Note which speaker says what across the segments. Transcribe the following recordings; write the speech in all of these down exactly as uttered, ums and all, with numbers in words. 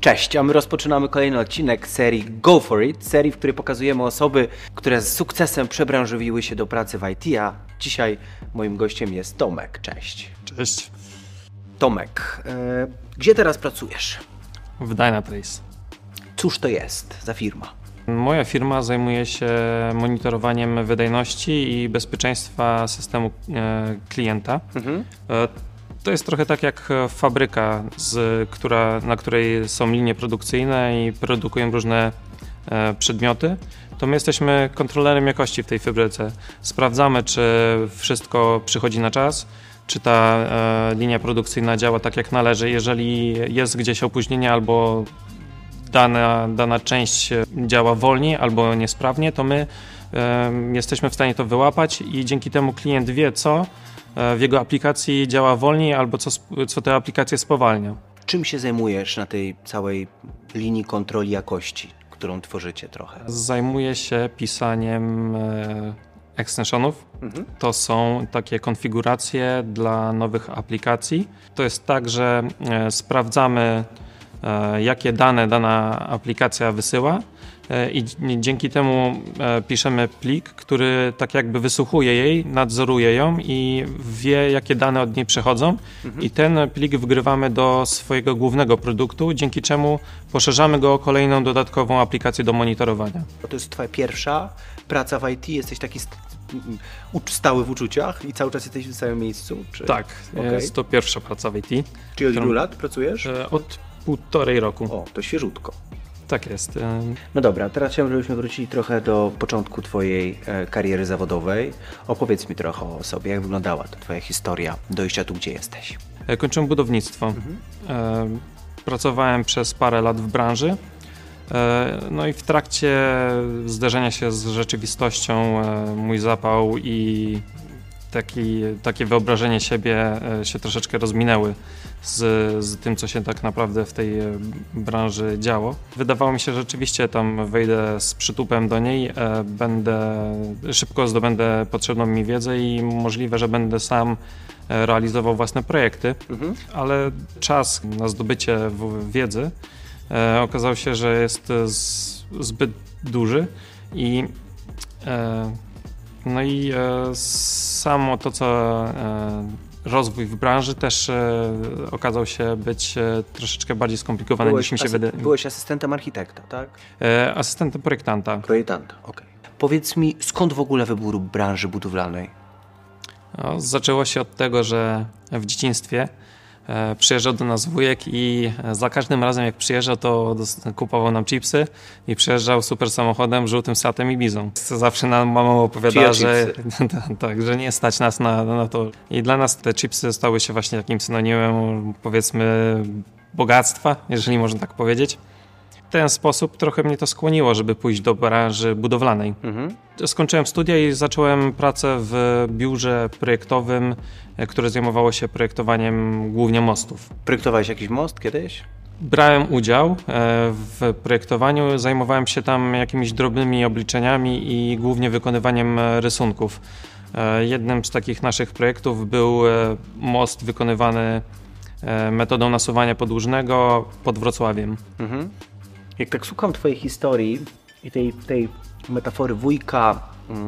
Speaker 1: Cześć, a my rozpoczynamy kolejny odcinek serii Go For It, serii, w której pokazujemy osoby, które z sukcesem przebranżowiły się do pracy w I T, a dzisiaj moim gościem jest Tomek. Cześć.
Speaker 2: Cześć.
Speaker 1: Tomek, yy, gdzie teraz pracujesz?
Speaker 2: W Dynatrace.
Speaker 1: Cóż to jest za firma?
Speaker 2: Moja firma zajmuje się monitorowaniem wydajności i bezpieczeństwa systemu e, klienta. Mhm. E, to jest trochę tak jak fabryka, z, która, na której są linie produkcyjne i produkują różne e, przedmioty. To my jesteśmy kontrolerem jakości w tej fabryce. Sprawdzamy, czy wszystko przychodzi na czas, czy ta e, linia produkcyjna działa tak jak należy. Jeżeli jest gdzieś opóźnienie albo Dana, dana część działa wolniej albo niesprawnie, to my e, jesteśmy w stanie to wyłapać i dzięki temu klient wie, co w jego aplikacji działa wolniej albo co, co tę aplikację spowalnia.
Speaker 1: Czym się zajmujesz na tej całej linii kontroli jakości, którą tworzycie trochę?
Speaker 2: Zajmuję się pisaniem e, extensionów. Mhm. To są takie konfiguracje dla nowych aplikacji. To jest tak, że e, sprawdzamy jakie dane dana aplikacja wysyła i dzięki temu piszemy plik, który tak jakby wysłuchuje jej, nadzoruje ją i wie, jakie dane od niej przechodzą. Mhm. I ten plik wgrywamy do swojego głównego produktu, dzięki czemu poszerzamy go o kolejną dodatkową aplikację do monitorowania.
Speaker 1: To jest twoja pierwsza praca w I T? Jesteś taki stały w uczuciach i cały czas jesteś w tym samym miejscu? Czy...
Speaker 2: Tak, okay. Jest to pierwsza praca w I T.
Speaker 1: Czyli od ilu lat pracujesz?
Speaker 2: Od półtorej roku.
Speaker 1: O, to świeżutko.
Speaker 2: Tak jest.
Speaker 1: No dobra, teraz chciałbym, żebyśmy wrócili trochę do początku twojej e, kariery zawodowej. Opowiedz mi trochę o sobie, jak wyglądała to twoja historia dojścia tu, gdzie jesteś.
Speaker 2: Kończyłem budownictwo. Mhm. E, pracowałem przez parę lat w branży. E, no i w trakcie zderzenia się z rzeczywistością e, mój zapał i taki, takie wyobrażenie siebie się troszeczkę rozminęły z, z tym, co się tak naprawdę w tej branży działo. Wydawało mi się, że rzeczywiście tam wejdę z przytupem do niej, będę, szybko zdobędę potrzebną mi wiedzę i możliwe, że będę sam realizował własne projekty, mhm. ale czas na zdobycie wiedzy okazał się, że jest zbyt duży i No i e, samo to, co e, rozwój w branży też e, okazał się być e, troszeczkę bardziej skomplikowany byłeś niż mi się wydaje.
Speaker 1: Byłeś asystentem architekta, tak?
Speaker 2: E, asystentem projektanta.
Speaker 1: Projektanta, okej. Okay. Powiedz mi, skąd w ogóle wybór branży budowlanej?
Speaker 2: No, zaczęło się od tego, że w dzieciństwie e, przyjeżdżał do nas wujek i za każdym razem jak przyjeżdżał, to kupował nam chipsy i przyjeżdżał super samochodem, żółtym Seatem Ibizą. Zawsze nam mama opowiadała, że, tak, że nie stać nas na, na to. I dla nas te chipsy stały się właśnie takim synonimem, powiedzmy, bogactwa, jeżeli można tak powiedzieć. W ten sposób trochę mnie to skłoniło, żeby pójść do branży budowlanej. Mhm. Skończyłem studia i zacząłem pracę w biurze projektowym, które zajmowało się projektowaniem głównie mostów.
Speaker 1: Projektowałeś jakiś most kiedyś?
Speaker 2: Brałem udział w projektowaniu, zajmowałem się tam jakimiś drobnymi obliczeniami i głównie wykonywaniem rysunków. Jednym z takich naszych projektów był most wykonywany metodą nasuwania podłużnego pod Wrocławiem. Mhm.
Speaker 1: Jak tak słucham twojej historii i tej, tej metafory wujka, mm,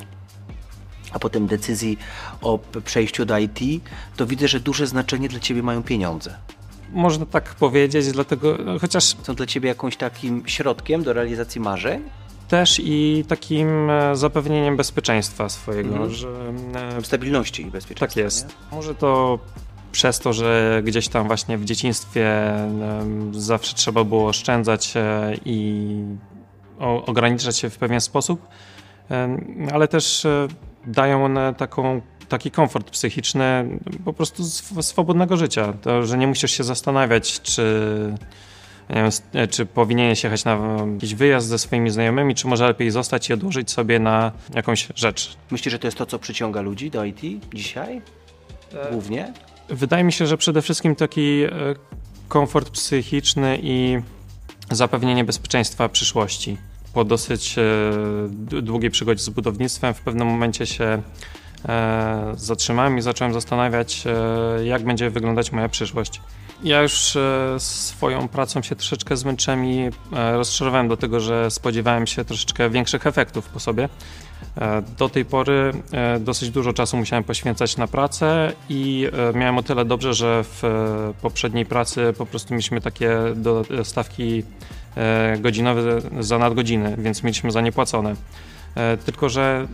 Speaker 1: a potem decyzji o przejściu do I T, to widzę, że duże znaczenie dla ciebie mają pieniądze.
Speaker 2: Można tak powiedzieć, dlatego chociaż...
Speaker 1: Są dla ciebie jakimś takim środkiem do realizacji marzeń?
Speaker 2: Też i takim zapewnieniem bezpieczeństwa swojego. Mhm. Że...
Speaker 1: Stabilności i bezpieczeństwa.
Speaker 2: Tak jest. Nie? Może to... Przez to, że gdzieś tam właśnie w dzieciństwie zawsze trzeba było oszczędzać i ograniczać się w pewien sposób, ale też dają one taką, taki komfort psychiczny po prostu swobodnego życia. To, że nie musisz się zastanawiać, czy, nie wiem, czy powinieneś jechać na jakiś wyjazd ze swoimi znajomymi, czy może lepiej zostać i odłożyć sobie na jakąś rzecz.
Speaker 1: Myślisz, że to jest to, co przyciąga ludzi do I T dzisiaj? Głównie?
Speaker 2: Wydaje mi się, że przede wszystkim taki komfort psychiczny i zapewnienie bezpieczeństwa przyszłości. Po dosyć długiej przygodzie z budownictwem w pewnym momencie się zatrzymałem i zacząłem zastanawiać, jak będzie wyglądać moja przyszłość. Ja już e, swoją pracą się troszeczkę zmęczyłem i e, rozczarowałem do tego, że spodziewałem się troszeczkę większych efektów po sobie. E, do tej pory e, dosyć dużo czasu musiałem poświęcać na pracę i e, miałem o tyle dobrze, że w e, poprzedniej pracy po prostu mieliśmy takie do, stawki e, godzinowe za nadgodziny, więc mieliśmy za nie płacone. E, tylko że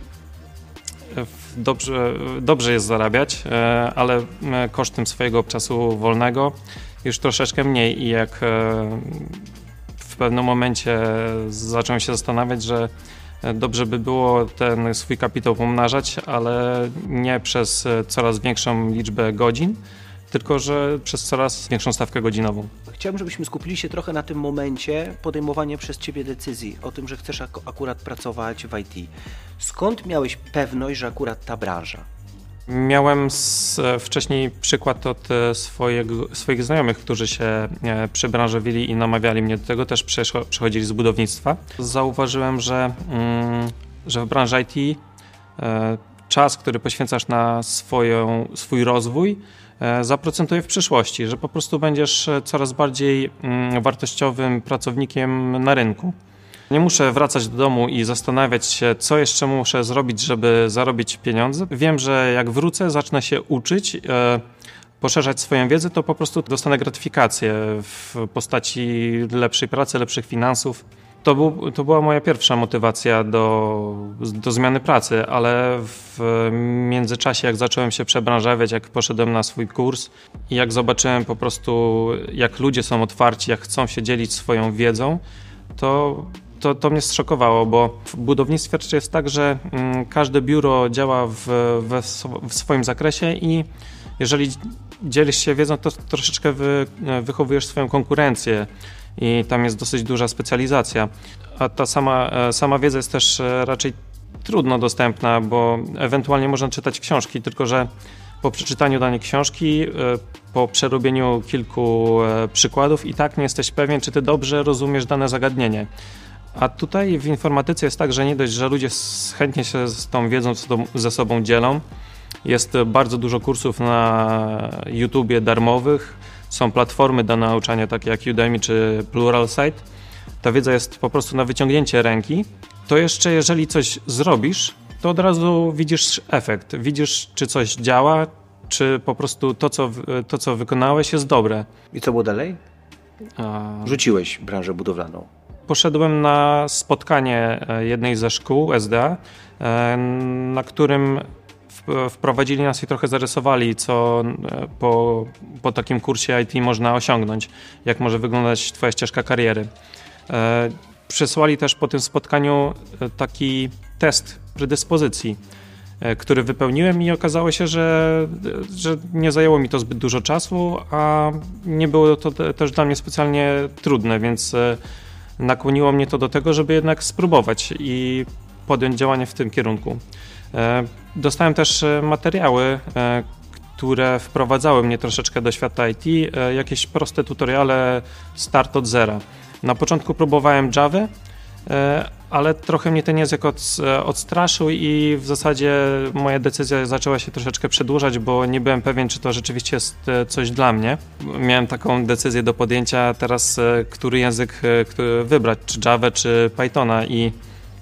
Speaker 2: Dobrze, dobrze jest zarabiać, ale kosztem swojego czasu wolnego już troszeczkę mniej i jak w pewnym momencie zacząłem się zastanawiać, że dobrze by było ten swój kapitał pomnażać, ale nie przez coraz większą liczbę godzin, tylko że przez coraz większą stawkę godzinową.
Speaker 1: Chciałbym, żebyśmy skupili się trochę na tym momencie podejmowania przez Ciebie decyzji o tym, że chcesz ak- akurat pracować w I T. Skąd miałeś pewność, że akurat ta branża?
Speaker 2: Miałem z, wcześniej przykład od swojego, swoich znajomych, którzy się przebranżowili i namawiali mnie do tego, też przeszło, przechodzili z budownictwa. Zauważyłem, że, mm, że w branży I T e, czas, który poświęcasz na swoją, swój rozwój, zaprocentuje w przyszłości, że po prostu będziesz coraz bardziej wartościowym pracownikiem na rynku. Nie muszę wracać do domu i zastanawiać się, co jeszcze muszę zrobić, żeby zarobić pieniądze. Wiem, że jak wrócę, zacznę się uczyć, poszerzać swoją wiedzę, to po prostu dostanę gratyfikację w postaci lepszej pracy, lepszych finansów. To, był, to była moja pierwsza motywacja do, do zmiany pracy, ale w międzyczasie, jak zacząłem się przebranżawiać, jak poszedłem na swój kurs i jak zobaczyłem po prostu, jak ludzie są otwarci, jak chcą się dzielić swoją wiedzą, to, to, to mnie zszokowało, bo w budownictwie jest tak, że mm, każde biuro działa w, we, w swoim zakresie i jeżeli dzielisz się wiedzą, to troszeczkę wy, wychowujesz swoją konkurencję. I tam jest dosyć duża specjalizacja, a ta sama, sama wiedza jest też raczej trudno dostępna, bo ewentualnie można czytać książki, tylko że po przeczytaniu danej książki, po przerobieniu kilku przykładów i tak nie jesteś pewien, czy ty dobrze rozumiesz dane zagadnienie. A tutaj w informatyce jest tak, że nie dość, że ludzie chętnie się z tą wiedzą ze sobą dzielą, jest bardzo dużo kursów na YouTubie darmowych, są platformy do nauczania takie jak Udemy czy Pluralsight. Ta wiedza jest po prostu na wyciągnięcie ręki. To jeszcze jeżeli coś zrobisz, to od razu widzisz efekt. Widzisz, czy coś działa, czy po prostu to, co, to, co wykonałeś, jest dobre.
Speaker 1: I co było dalej?
Speaker 2: A...
Speaker 1: Rzuciłeś branżę budowlaną.
Speaker 2: Poszedłem na spotkanie jednej ze szkół S D A, na którym wprowadzili nas i trochę zarysowali, co po, po takim kursie I T można osiągnąć, jak może wyglądać twoja ścieżka kariery. E, przesłali też po tym spotkaniu taki test predyspozycji, e, który wypełniłem i okazało się, że, że nie zajęło mi to zbyt dużo czasu, a nie było to te, też dla mnie specjalnie trudne, więc e, nakłoniło mnie to do tego, żeby jednak spróbować i podjąć działanie w tym kierunku. Dostałem też materiały, które wprowadzały mnie troszeczkę do świata I T, jakieś proste tutoriale start od zera. Na początku próbowałem Java, ale trochę mnie ten język odstraszył i w zasadzie moja decyzja zaczęła się troszeczkę przedłużać, bo nie byłem pewien, czy to rzeczywiście jest coś dla mnie. Miałem taką decyzję do podjęcia teraz, który język wybrać, czy Java, czy Pythona i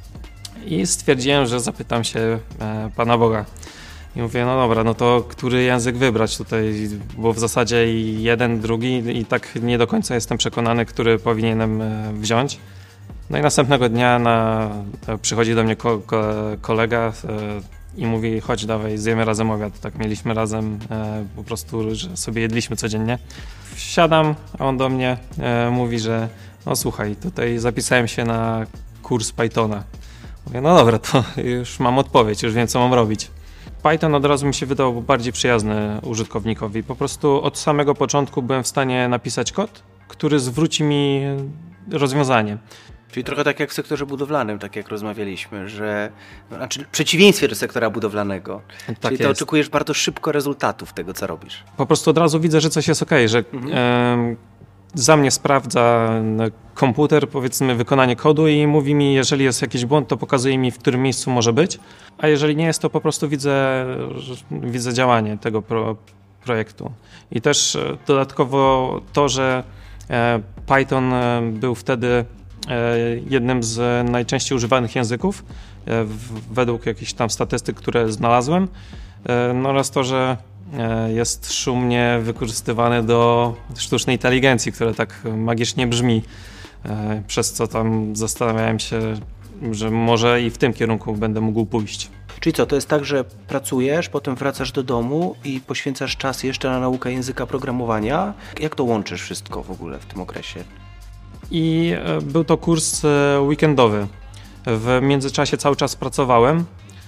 Speaker 2: I stwierdziłem, że zapytam się e, Pana Boga. I mówię, no dobra, no to który język wybrać tutaj, bo w zasadzie jeden, drugi i tak nie do końca jestem przekonany, który powinienem e, wziąć. No i następnego dnia na, przychodzi do mnie ko, ko, kolega e, i mówi, chodź dawaj, zjemy razem obiad. Tak mieliśmy razem e, po prostu, że sobie jedliśmy codziennie. Wsiadam, a on do mnie e, mówi, że no słuchaj, tutaj zapisałem się na kurs Pythona. Mówię, no dobra, to już mam odpowiedź, już wiem, co mam robić. Python od razu mi się wydał bardziej przyjazny użytkownikowi. Po prostu od samego początku byłem w stanie napisać kod, który zwróci mi rozwiązanie.
Speaker 1: Czyli trochę tak jak w sektorze budowlanym, tak jak rozmawialiśmy, że znaczy w przeciwieństwie do sektora budowlanego.
Speaker 2: Tak
Speaker 1: Czyli
Speaker 2: jest.
Speaker 1: to oczekujesz bardzo szybko rezultatów tego, co robisz.
Speaker 2: Po prostu od razu widzę, że coś jest okej, że mhm. e, za mnie sprawdza komputer, powiedzmy, wykonanie kodu i mówi mi, jeżeli jest jakiś błąd, to pokazuje mi, w którym miejscu może być, a jeżeli nie jest, to po prostu widzę, widzę działanie tego pro, projektu. I też dodatkowo to, że Python był wtedy jednym z najczęściej używanych języków według jakichś tam statystyk, które znalazłem, no oraz to, że jest szumnie wykorzystywany do sztucznej inteligencji, które tak magicznie brzmi, przez co tam zastanawiałem się, że może i w tym kierunku będę mógł pójść.
Speaker 1: Czyli co, to jest tak, że pracujesz, potem wracasz do domu i poświęcasz czas jeszcze na naukę języka programowania? Jak to łączysz wszystko w ogóle w tym okresie?
Speaker 2: I był to kurs weekendowy. W międzyczasie cały czas pracowałem,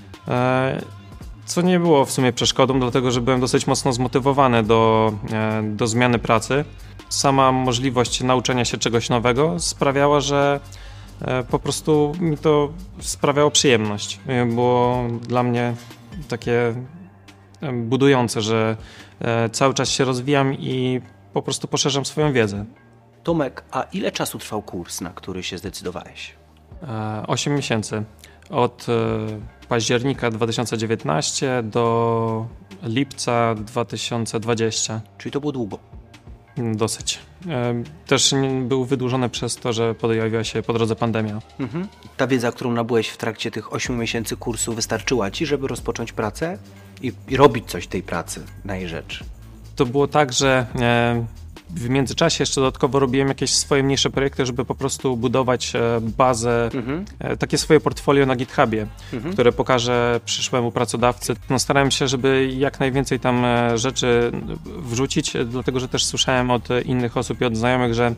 Speaker 2: co nie było w sumie przeszkodą, dlatego że byłem dosyć mocno zmotywowany do, do zmiany pracy. Sama możliwość nauczenia się czegoś nowego sprawiała, że po prostu mi to sprawiało przyjemność. Było dla mnie takie budujące, że cały czas się rozwijam i po prostu poszerzam swoją wiedzę.
Speaker 1: Tomek, a ile czasu trwał kurs, na który się zdecydowałeś?
Speaker 2: osiem miesięcy. Od października dwa tysiące dziewiętnastego do lipca dwa tysiące dwudziestego.
Speaker 1: Czyli to było długo?
Speaker 2: Dosyć. Też był wydłużony przez to, że pojawiła się po drodze pandemia.
Speaker 1: Mhm. Ta wiedza, którą nabyłeś w trakcie tych ośmiu miesięcy kursu, wystarczyła ci, żeby rozpocząć pracę i, i robić coś tej pracy na jej rzecz?
Speaker 2: To było tak, że w międzyczasie jeszcze dodatkowo robiłem jakieś swoje mniejsze projekty, żeby po prostu budować bazę, mhm. takie swoje portfolio na GitHubie, mhm. które pokażę przyszłemu pracodawcy. No, starałem się, żeby jak najwięcej tam rzeczy wrzucić, dlatego że też słyszałem od innych osób i od znajomych, że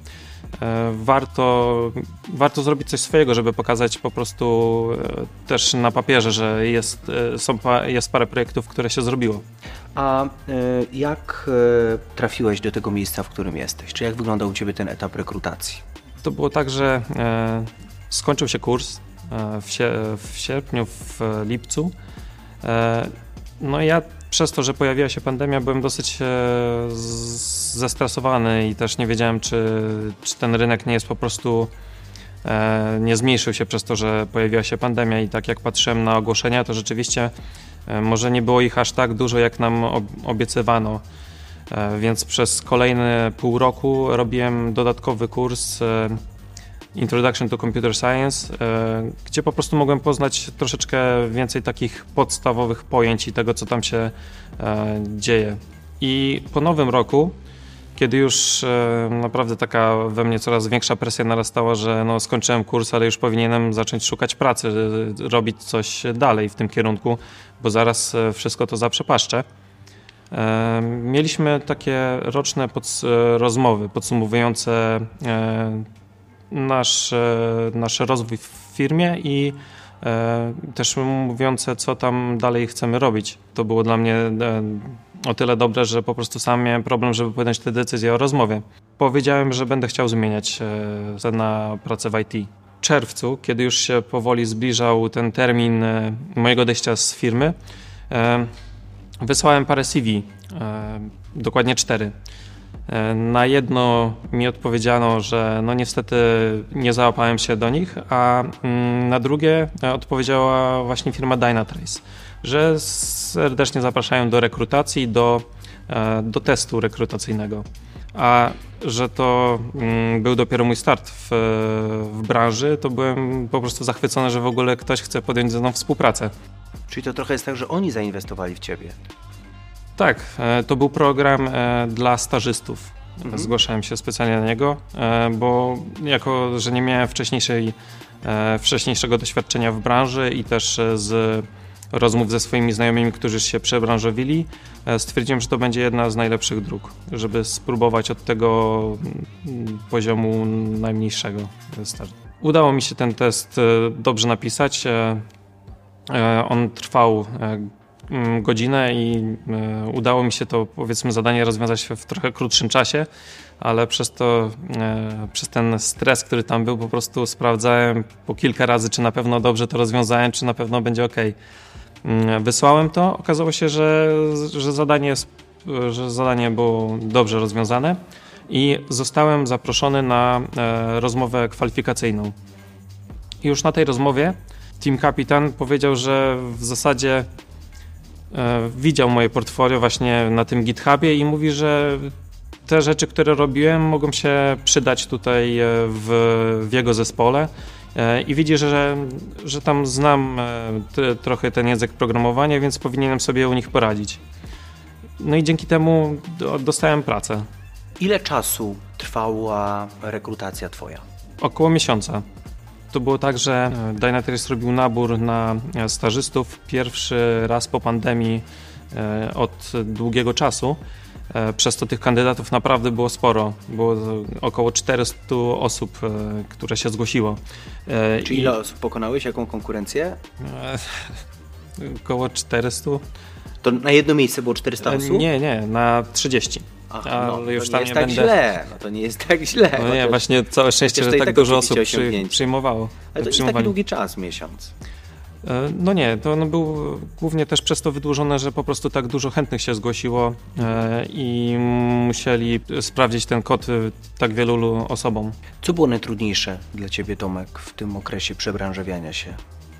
Speaker 2: warto, warto zrobić coś swojego, żeby pokazać po prostu też na papierze, że jest, są, jest parę projektów, które się zrobiło.
Speaker 1: A jak trafiłeś do tego miejsca, w którym jesteś? Czy jak wyglądał u Ciebie ten etap rekrutacji?
Speaker 2: To było tak, że skończył się kurs w sierpniu, w lipcu. No i ja przez to, że pojawiła się pandemia, byłem dosyć zestresowany i też nie wiedziałem, czy, czy ten rynek nie jest po prostu, nie zmniejszył się przez to, że pojawiła się pandemia i tak jak patrzyłem na ogłoszenia, to rzeczywiście może nie było ich aż tak dużo, jak nam obiecywano, więc przez kolejne pół roku robiłem dodatkowy kurs Introduction to Computer Science, gdzie po prostu mogłem poznać troszeczkę więcej takich podstawowych pojęć i tego, co tam się dzieje. I po nowym roku, kiedy już naprawdę taka we mnie coraz większa presja narastała, że no skończyłem kurs, ale już powinienem zacząć szukać pracy, robić coś dalej w tym kierunku, bo zaraz wszystko to zaprzepaszczę. Mieliśmy takie roczne pods- rozmowy podsumowujące nasz, nasz rozwój w firmie i też mówiące, co tam dalej chcemy robić. To było dla mnie o tyle dobre, że po prostu sam miałem problem, żeby podjąć tę decyzję o rozmowie. Powiedziałem, że będę chciał zmieniać się na pracę w I T. W czerwcu, kiedy już się powoli zbliżał ten termin mojego odejścia z firmy, wysłałem parę C V, dokładnie cztery. Na jedno mi odpowiedziano, że no niestety nie załapałem się do nich, a na drugie odpowiedziała właśnie firma Dynatrace, że serdecznie zapraszają do rekrutacji, do, do testu rekrutacyjnego. A że to był dopiero mój start w, w branży, to byłem po prostu zachwycony, że w ogóle ktoś chce podjąć ze mną współpracę.
Speaker 1: Czyli to trochę jest tak, że oni zainwestowali w Ciebie.
Speaker 2: Tak, to był program dla stażystów. Mhm. Zgłaszałem się specjalnie na niego, bo jako, że nie miałem wcześniejszej, wcześniejszego doświadczenia w branży i też z rozmów ze swoimi znajomymi, którzy się przebranżowili, stwierdziłem, że to będzie jedna z najlepszych dróg, żeby spróbować od tego poziomu najmniejszego startu. Udało mi się ten test dobrze napisać. On trwał godzinę i udało mi się to, powiedzmy, zadanie rozwiązać w trochę krótszym czasie, ale przez to, przez ten stres, który tam był, po prostu sprawdzałem po kilka razy, czy na pewno dobrze to rozwiązałem, czy na pewno będzie ok. Wysłałem to, okazało się, że, że, zadanie, jest, że zadanie było dobrze rozwiązane i zostałem zaproszony na rozmowę kwalifikacyjną. I już na tej rozmowie team kapitan powiedział, że w zasadzie widział moje portfolio właśnie na tym GitHubie i mówi, że te rzeczy, które robiłem, mogą się przydać tutaj w, w jego zespole i widzi, że, że tam znam t, trochę ten język programowania, więc powinienem sobie u nich poradzić. No i dzięki temu dostałem pracę.
Speaker 1: Ile czasu trwała rekrutacja twoja?
Speaker 2: Około miesiąca. To było tak, że Dynatrace robił nabór na stażystów pierwszy raz po pandemii od długiego czasu. Przez to tych kandydatów naprawdę było sporo. Było około czterysta osób, które się zgłosiło.
Speaker 1: Czy ile osób pokonałeś? Jaką konkurencję?
Speaker 2: Około czterysta.
Speaker 1: To na jedno miejsce było czterysta osób?
Speaker 2: Nie, nie, na trzydzieści.
Speaker 1: Aha, no,
Speaker 2: ale już
Speaker 1: to
Speaker 2: tam
Speaker 1: nie jest
Speaker 2: nie
Speaker 1: tak
Speaker 2: będę...
Speaker 1: źle. No to nie jest tak źle.
Speaker 2: No nie,
Speaker 1: chociaż,
Speaker 2: właśnie całe szczęście, że tak, tak dużo osób przy, przyjmowało.
Speaker 1: Ale to jest taki długi czas, miesiąc.
Speaker 2: No nie, to no był głównie też przez to wydłużone, że po prostu tak dużo chętnych się zgłosiło e, i musieli sprawdzić ten kod tak wielu osobom.
Speaker 1: Co było najtrudniejsze dla ciebie, Tomek, w tym okresie przebranżawiania się?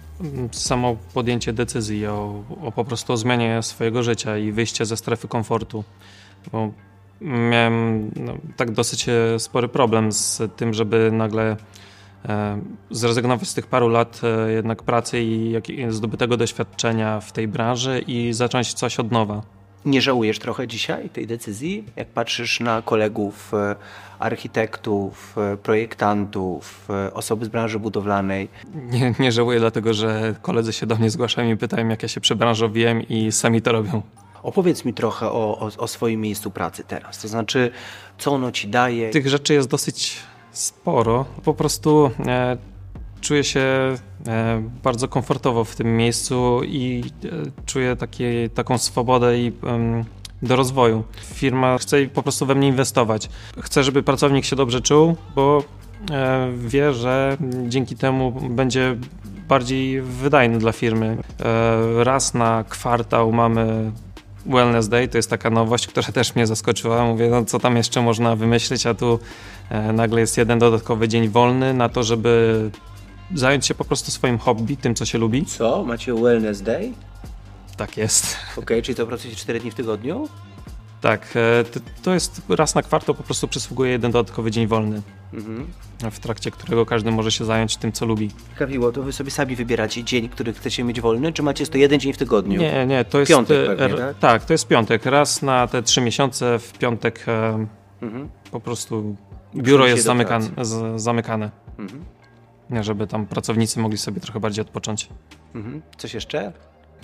Speaker 2: Samo podjęcie decyzji o, o po prostu o zmianie swojego życia i wyjście ze strefy komfortu. Bo miałem no, tak dosyć spory problem z tym, żeby nagle e, zrezygnować z tych paru lat e, jednak pracy i, jak, i zdobytego doświadczenia w tej branży i zacząć coś od nowa.
Speaker 1: Nie żałujesz trochę dzisiaj tej decyzji? Jak patrzysz na kolegów, e, architektów, e, projektantów, e, osoby z branży budowlanej?
Speaker 2: Nie, nie żałuję, dlatego że koledzy się do mnie zgłaszają i pytają, jak ja się przebranżowiłem i sami to robią.
Speaker 1: Opowiedz mi trochę o, o, o swoim miejscu pracy teraz, to znaczy co ono ci daje?
Speaker 2: Tych rzeczy jest dosyć sporo. Po prostu e, czuję się e, bardzo komfortowo w tym miejscu i e, czuję takie, taką swobodę i e, do rozwoju. Firma chce po prostu we mnie inwestować. Chcę, żeby pracownik się dobrze czuł, bo e, wie, że dzięki temu będzie bardziej wydajny dla firmy. E, raz na kwartał mamy Wellness Day, to jest taka nowość, która też mnie zaskoczyła. Mówię, no co tam jeszcze można wymyślić, a tu e, nagle jest jeden dodatkowy dzień wolny na to, żeby zająć się po prostu swoim hobby, tym co się lubi.
Speaker 1: Co? Macie Wellness Day?
Speaker 2: Tak jest.
Speaker 1: Okej, okay, czyli to pracujecie cztery dni w tygodniu?
Speaker 2: Tak, e, to, to jest raz na kwartał po prostu przysługuje jeden dodatkowy dzień wolny, mhm. w trakcie którego każdy może się zająć tym, co lubi.
Speaker 1: Kapiło, to wy sobie sami wybieracie dzień, który chcecie mieć wolny, czy macie to jeden dzień w tygodniu?
Speaker 2: Nie, nie, to jest...
Speaker 1: Piątek pewnie, tak?
Speaker 2: Tak, to jest piątek. Raz na te trzy miesiące w piątek e, mhm. po prostu biuro jest zamykane, z, zamykane mhm. żeby tam pracownicy mogli sobie trochę bardziej odpocząć.
Speaker 1: Mhm. Coś jeszcze?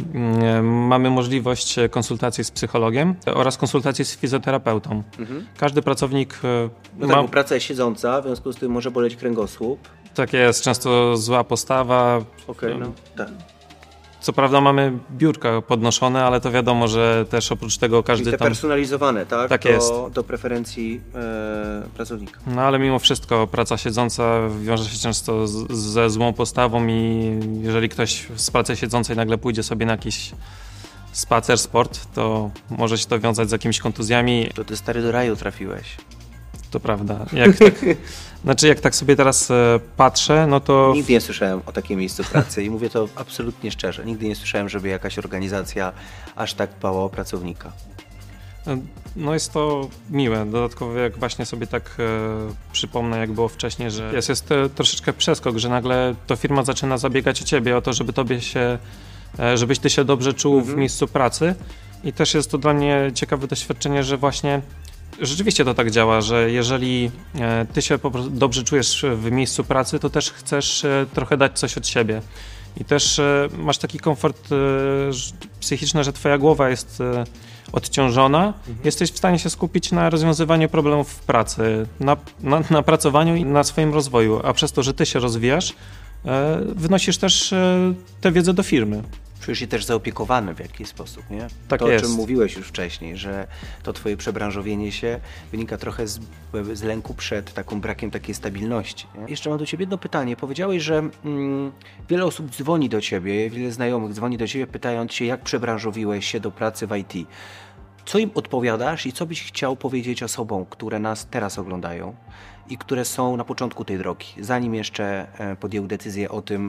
Speaker 2: Mamy możliwość konsultacji z psychologiem oraz konsultacji z fizjoterapeutą. Mhm. Każdy pracownik
Speaker 1: no
Speaker 2: ma...
Speaker 1: tak, bo praca jest siedząca, w związku z tym może boleć kręgosłup.
Speaker 2: Tak jest, często zła postawa.
Speaker 1: Okej, okay, no tak.
Speaker 2: Co prawda mamy biurka podnoszone, ale to wiadomo, że też oprócz tego każdy
Speaker 1: czyli te
Speaker 2: tam...
Speaker 1: personalizowane, tak?
Speaker 2: Tak
Speaker 1: do,
Speaker 2: jest.
Speaker 1: Do preferencji e, pracownika.
Speaker 2: No ale mimo wszystko praca siedząca wiąże się często z, ze złą postawą i jeżeli ktoś z pracy siedzącej nagle pójdzie sobie na jakiś spacer, sport, to może się to wiązać z jakimiś kontuzjami.
Speaker 1: To ty stary do raju trafiłeś.
Speaker 2: To prawda. Jak tak, znaczy jak tak sobie teraz e, patrzę, no to...
Speaker 1: Nigdy nie słyszałem o takim miejscu pracy i mówię to absolutnie szczerze. Nigdy nie słyszałem, żeby jakaś organizacja aż tak dbała o pracownika.
Speaker 2: No jest to miłe. Dodatkowo jak właśnie sobie tak e, przypomnę, jak było wcześniej, że jest, jest e, troszeczkę przeskok, że nagle to firma zaczyna zabiegać o ciebie, o to, żeby tobie się, e, żebyś ty się dobrze czuł mhm. w miejscu pracy i też jest to dla mnie ciekawe doświadczenie, że właśnie rzeczywiście to tak działa, że jeżeli ty się po prostu dobrze czujesz w miejscu pracy, to też chcesz trochę dać coś od siebie. I też masz taki komfort psychiczny, że twoja głowa jest odciążona. Mhm. Jesteś w stanie się skupić na rozwiązywaniu problemów w pracy, na, na, na pracowaniu i na swoim rozwoju. A przez to, że ty się rozwijasz, wynosisz też tę wiedzę do firmy.
Speaker 1: Czujesz się też zaopiekowany w jakiś sposób, nie?
Speaker 2: Tak
Speaker 1: to,
Speaker 2: jest.
Speaker 1: o czym mówiłeś już wcześniej, że to twoje przebranżowienie się wynika trochę z, z lęku przed taką brakiem takiej stabilności. Nie? Jeszcze mam do ciebie jedno pytanie. Powiedziałeś, że mm, wiele osób dzwoni do ciebie, wiele znajomych dzwoni do ciebie, pytając się, jak przebranżowiłeś się do pracy w I T. Co im odpowiadasz i co byś chciał powiedzieć osobom, które nas teraz oglądają i które są na początku tej drogi, zanim jeszcze podjęły decyzję o tym,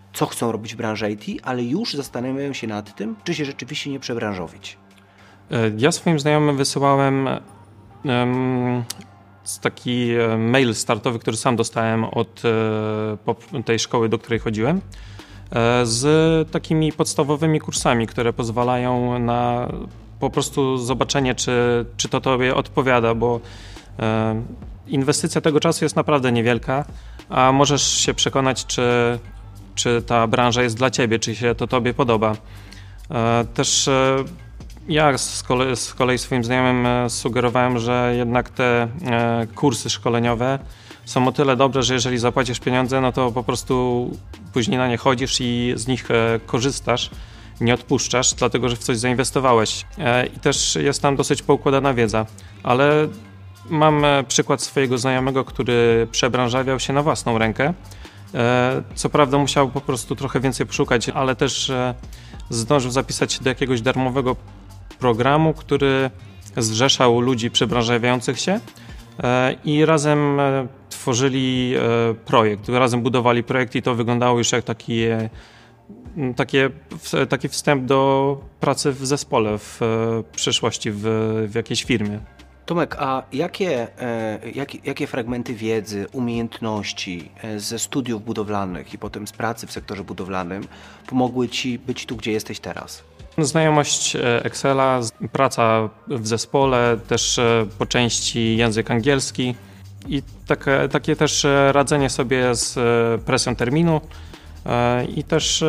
Speaker 1: co chcą robić w branży I T, ale już zastanawiają się nad tym, czy się rzeczywiście nie przebranżowić.
Speaker 2: Ja swoim znajomym wysyłałem um, taki mail startowy, który sam dostałem od tej szkoły, do której chodziłem, z takimi podstawowymi kursami, które pozwalają na po prostu zobaczenie, czy, czy to tobie odpowiada, bo inwestycja tego czasu jest naprawdę niewielka, a możesz się przekonać, czy, czy ta branża jest dla ciebie, czy się to tobie podoba. Też ja z kolei, z kolei swoim znajomym sugerowałem, że jednak te kursy szkoleniowe są o tyle dobre, że jeżeli zapłacisz pieniądze, no to po prostu później na nie chodzisz i z nich korzystasz, nie odpuszczasz, dlatego że w coś zainwestowałeś. I też jest tam dosyć poukładana wiedza, ale mam przykład swojego znajomego, który przebranżawiał się na własną rękę. Co prawda musiał po prostu trochę więcej poszukać, ale też zdążył zapisać się do jakiegoś darmowego programu, który zrzeszał ludzi przebranżawiających się i razem tworzyli projekt, razem budowali projekt i to wyglądało już jak taki, takie, taki wstęp do pracy w zespole w przyszłości, w, w jakiejś firmie.
Speaker 1: Tomek, a jakie, jakie, jakie fragmenty wiedzy, umiejętności ze studiów budowlanych i potem z pracy w sektorze budowlanym pomogły Ci być tu, gdzie jesteś teraz?
Speaker 2: Znajomość Excela, praca w zespole, też po części język angielski i takie, takie też radzenie sobie z presją terminu i też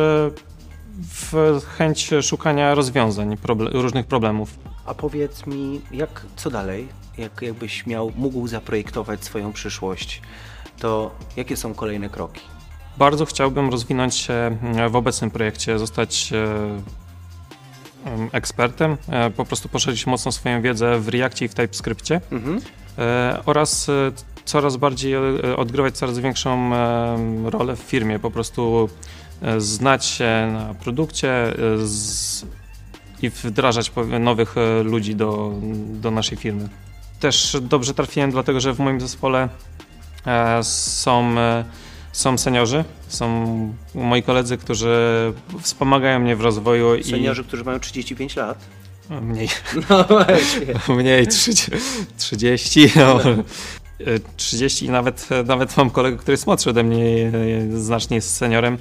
Speaker 2: chęć szukania rozwiązań problem, różnych problemów.
Speaker 1: A powiedz mi, jak, co dalej? Jak, jakbyś miał, mógł zaprojektować swoją przyszłość, to jakie są kolejne kroki?
Speaker 2: Bardzo chciałbym rozwinąć się w obecnym projekcie, zostać ekspertem, po prostu poszerzyć mocno swoją wiedzę w Reactie i w TypeScriptie mhm. oraz coraz bardziej odgrywać coraz większą rolę w firmie, po prostu znać się na produkcie z, i wdrażać nowych ludzi do, do naszej firmy. Też dobrze trafiłem, dlatego że w moim zespole są Są seniorzy, są moi koledzy, którzy wspomagają mnie w rozwoju.
Speaker 1: Seniorzy,
Speaker 2: i...
Speaker 1: którzy mają trzydzieści pięć lat?
Speaker 2: Mniej.
Speaker 1: No właśnie.
Speaker 2: Mniej, trzydzieści. No. trzydzieści i nawet, nawet mam kolegę, który jest młodszy ode mnie, znacznie jest seniorem.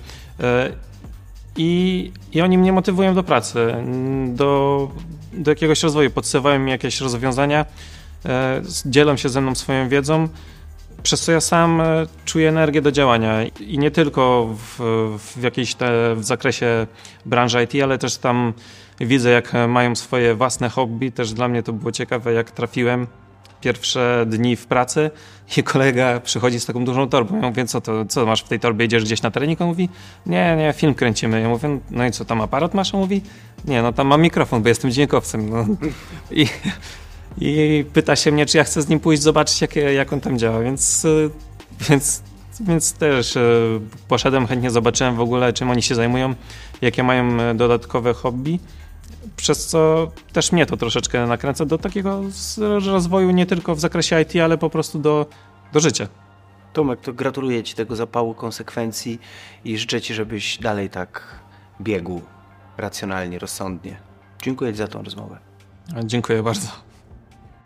Speaker 2: I, i oni mnie motywują do pracy, do, do jakiegoś rozwoju, podsyłają mi jakieś rozwiązania, dzielą się ze mną swoją wiedzą. Przez co ja sam czuję energię do działania i nie tylko w, w jakiejś te, w zakresie branży I T, ale też tam widzę, jak mają swoje własne hobby. Też dla mnie to było ciekawe, jak trafiłem pierwsze dni w pracy i kolega przychodzi z taką dużą torbą. Ja mówię, co to, co masz w tej torbie, idziesz gdzieś na trening? On mówi, nie, nie, film kręcimy. Ja mówię, no i co, tam aparat masz? On mówi, nie, no tam mam mikrofon, bo jestem dźwiękowcem. No. I I pyta się mnie, czy ja chcę z nim pójść zobaczyć, jak, jak on tam działa, więc, więc, więc też poszedłem, chętnie zobaczyłem w ogóle, czym oni się zajmują, jakie mają dodatkowe hobby, przez co też mnie to troszeczkę nakręca do takiego rozwoju nie tylko w zakresie I T, ale po prostu do, do życia.
Speaker 1: Tomek, to gratuluję Ci tego zapału, konsekwencji i życzę Ci, żebyś dalej tak biegł racjonalnie, rozsądnie. Dziękuję Ci za tą rozmowę.
Speaker 2: Dziękuję bardzo.